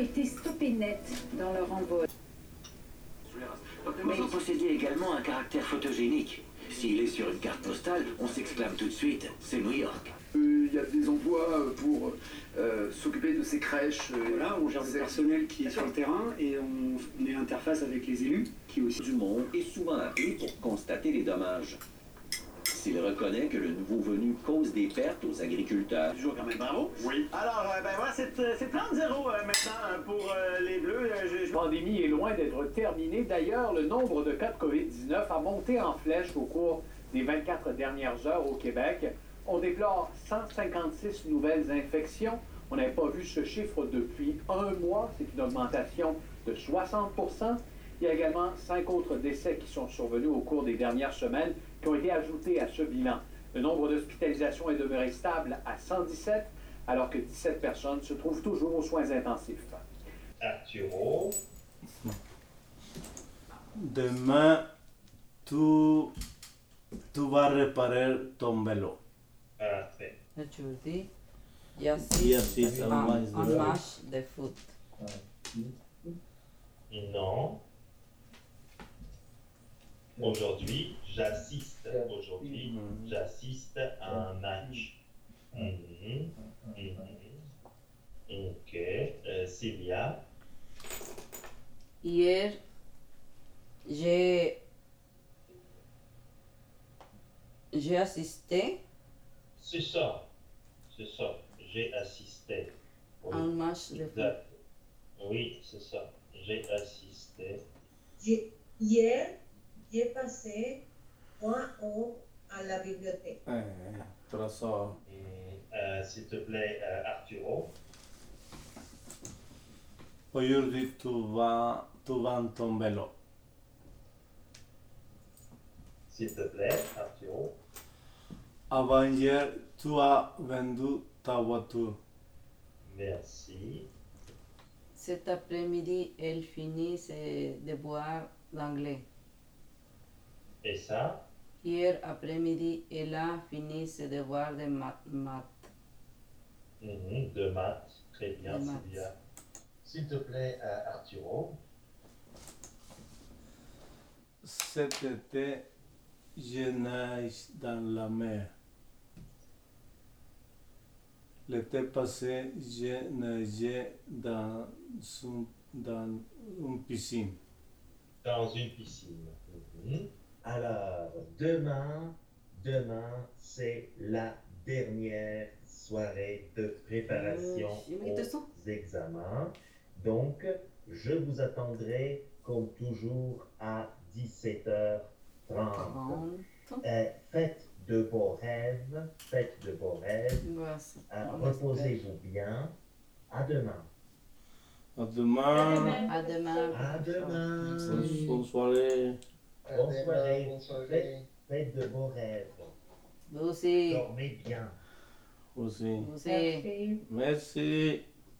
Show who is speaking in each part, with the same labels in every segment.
Speaker 1: été stoppés net dans leur envol.
Speaker 2: Mais il possédait également un caractère photogénique. S'il est sur une carte postale, on s'exclame tout de suite, c'est New York.
Speaker 3: Il y a des emplois pour s'occuper de ces crèches.
Speaker 4: Voilà, on gère le personnel qui est sur le terrain et on est interface avec les élus qui aussi.
Speaker 5: Dumont est souvent appelé pour constater les dommages. S'il reconnaît que le nouveau venu cause des pertes aux agriculteurs.
Speaker 6: Toujours quand même bravo.
Speaker 7: Oui.
Speaker 6: Alors, voilà, c'est 30-0 maintenant pour les Bleus.
Speaker 8: La pandémie est loin d'être terminée. D'ailleurs, le nombre de cas de COVID-19 a monté en flèche au cours des 24 dernières heures au Québec. On déplore 156 nouvelles infections. On n'avait pas vu ce chiffre depuis un mois. C'est une augmentation de 60 %. Il y a également 5 autres décès qui sont survenus au cours des dernières semaines qui ont été ajoutés à ce bilan. Le nombre d'hospitalisations est demeuré stable à 117, alors que 17 personnes se trouvent toujours aux soins intensifs.
Speaker 9: Arturo.
Speaker 10: Demain, tu vas réparer ton vélo.
Speaker 9: Parfait.
Speaker 11: Aujourd'hui, j'assiste à un match de foot.
Speaker 9: Non. Aujourd'hui, j'assiste. Aujourd'hui, j'assiste à un match. Ok. Sylvia.
Speaker 11: Hier, j'ai assisté
Speaker 9: C'est ça. C'est ça. J'ai assisté.
Speaker 11: à un match de foot.
Speaker 9: Exact. Oui, c'est ça. J'ai assisté.
Speaker 12: Hier, j'ai passé 1 heure à la bibliothèque.
Speaker 10: Trop ça.
Speaker 9: S'il te plaît, Arturo.
Speaker 10: Aujourd'hui, tu vas en ton vélo.
Speaker 9: S'il te plaît, Arturo.
Speaker 10: Avant-hier, tu as vendu ta voiture.
Speaker 9: Merci.
Speaker 11: Cet après-midi, elle finit ses devoirs d'anglais.
Speaker 9: Et ça?
Speaker 11: Hier après-midi, elle a fini ses devoirs de maths.
Speaker 9: De maths. Très bien,
Speaker 11: De maths.
Speaker 9: Sylvia. S'il te plaît, Arturo.
Speaker 10: Cet été, je nage dans la mer. L'été passé, j'ai nagé dans une piscine.
Speaker 9: Dans une piscine.
Speaker 13: Alors, demain, c'est la dernière soirée de préparation aux examens. Donc, je vous attendrai comme toujours à 17h30. Faites de beaux rêves. Reposez-vous bien. À demain.
Speaker 10: À demain.
Speaker 11: À demain.
Speaker 13: À demain.
Speaker 10: Bonne soirée.
Speaker 13: Bonne soirée. Faites de beaux rêves.
Speaker 11: Vous aussi.
Speaker 13: Dormez bien.
Speaker 10: Aussi.
Speaker 11: Vous aussi.
Speaker 10: Merci.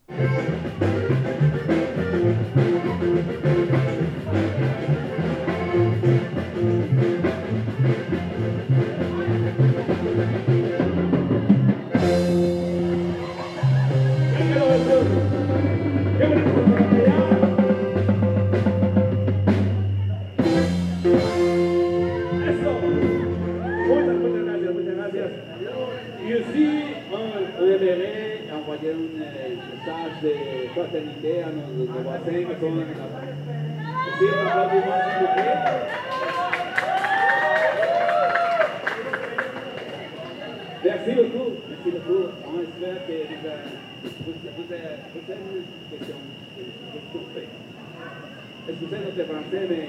Speaker 8: Et aussi, on aimerait envoyer un message de fraternité à nos voisins qui sont là-bas. Merci, applaudissements, s'il vous plaît. Merci beaucoup. On espère que vous avez une question. Excusez notre français, mais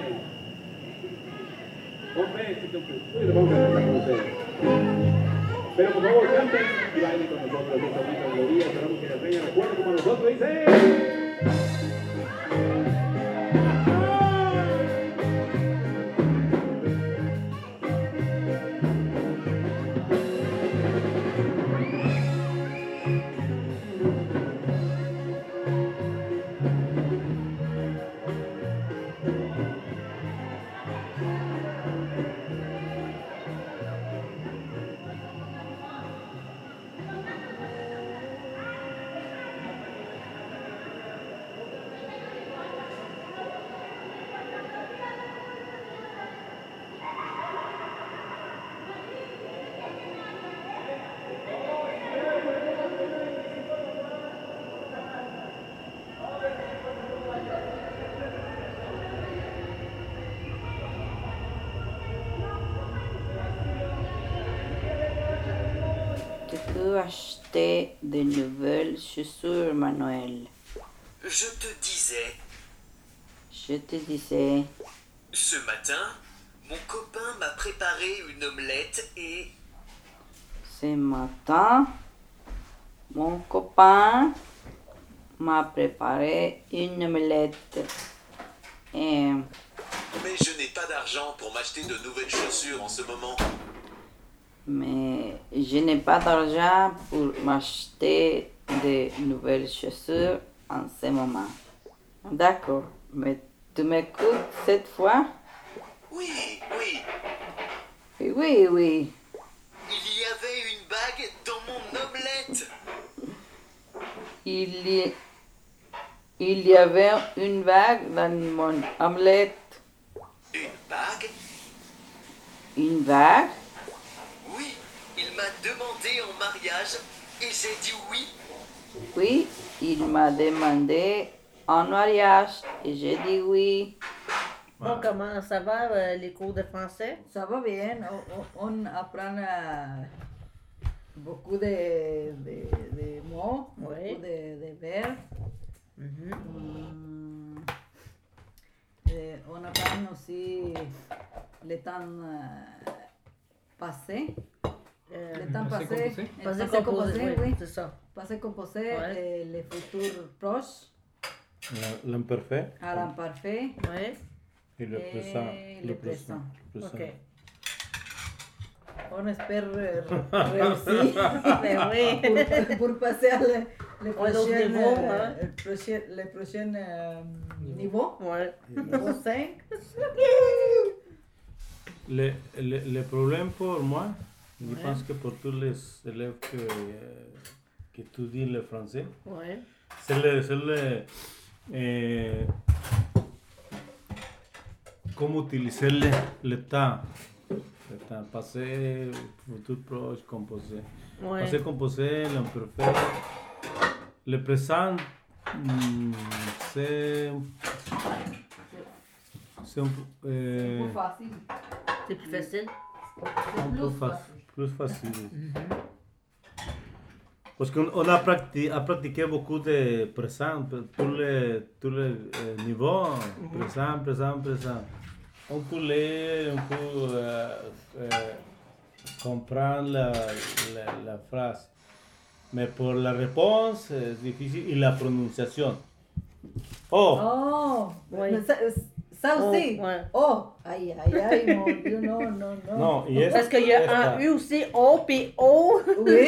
Speaker 8: on fait ce qu'on peut. Oui, le bon français. Pero por favor, canten y bailen con nosotros esta bonita melodía. Esperamos que les vengan recuerdos como nosotros. Dice...
Speaker 11: veux acheter de nouvelles chaussures, Manuel.
Speaker 7: Je te
Speaker 11: disais,
Speaker 7: ce matin, mon copain m'a préparé une omelette et...
Speaker 11: ce matin, mon copain m'a préparé une omelette. Et...
Speaker 7: Mais je n'ai pas d'argent pour m'acheter de nouvelles chaussures en ce moment.
Speaker 11: Mais je n'ai pas d'argent pour m'acheter de nouvelles chaussures en ce moment. D'accord, mais tu m'écoutes cette fois?
Speaker 7: Oui.
Speaker 11: Oui.
Speaker 7: Il y avait une bague dans mon omelette.
Speaker 11: Il y avait une bague dans mon omelette.
Speaker 7: Une bague?
Speaker 11: Une bague?
Speaker 7: Oui, il m'a demandé en mariage et j'ai dit oui.
Speaker 11: Oui, il m'a demandé en mariage et j'ai dit oui.
Speaker 14: Bon, comment ça va, les cours de français?
Speaker 11: Ça va bien, on apprend beaucoup de mots, beaucoup de verbes. On apprend aussi le temps passé. Le temps passé composé, oui.
Speaker 14: C'est ça.
Speaker 11: Passé composé et le futur proche.
Speaker 10: L'imparfait.
Speaker 11: L'imparfait.
Speaker 14: Oui.
Speaker 10: Et le présent.
Speaker 14: Ok.
Speaker 11: On espère réussir pour passer à les prochains niveaux. Niveau 5.
Speaker 10: Le problème pour moi, je pense que pour tous les élèves qui étudient le français, c'est comment utiliser le temps. Le temps passé, futur proche, composé. Passé composé, l'imparfait. Le présent, c'est un peu
Speaker 11: facile.
Speaker 14: C'est plus facile?
Speaker 10: Plus facile. Parce qu'on a pratiqué beaucoup de présent, tous les niveaux, présent. On peut lire, on peut comprendre la phrase. Mais pour la réponse, c'est difficile. Et la prononciation.
Speaker 11: Ça aussi. Aïe, mon Dieu, non.
Speaker 10: Non,
Speaker 14: parce qu'il y a un U aussi, O, puis O.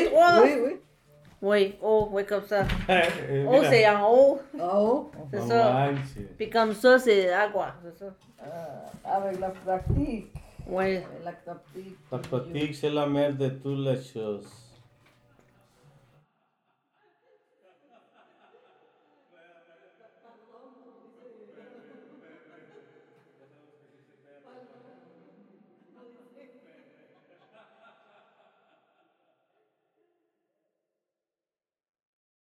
Speaker 14: Oui, O, oui, comme ça. O, c'est en haut. C'est ça. Puis comme ça, c'est agua, c'est ça.
Speaker 11: Avec la pratique.
Speaker 14: Oui.
Speaker 10: La pratique, c'est la mère de toutes les choses.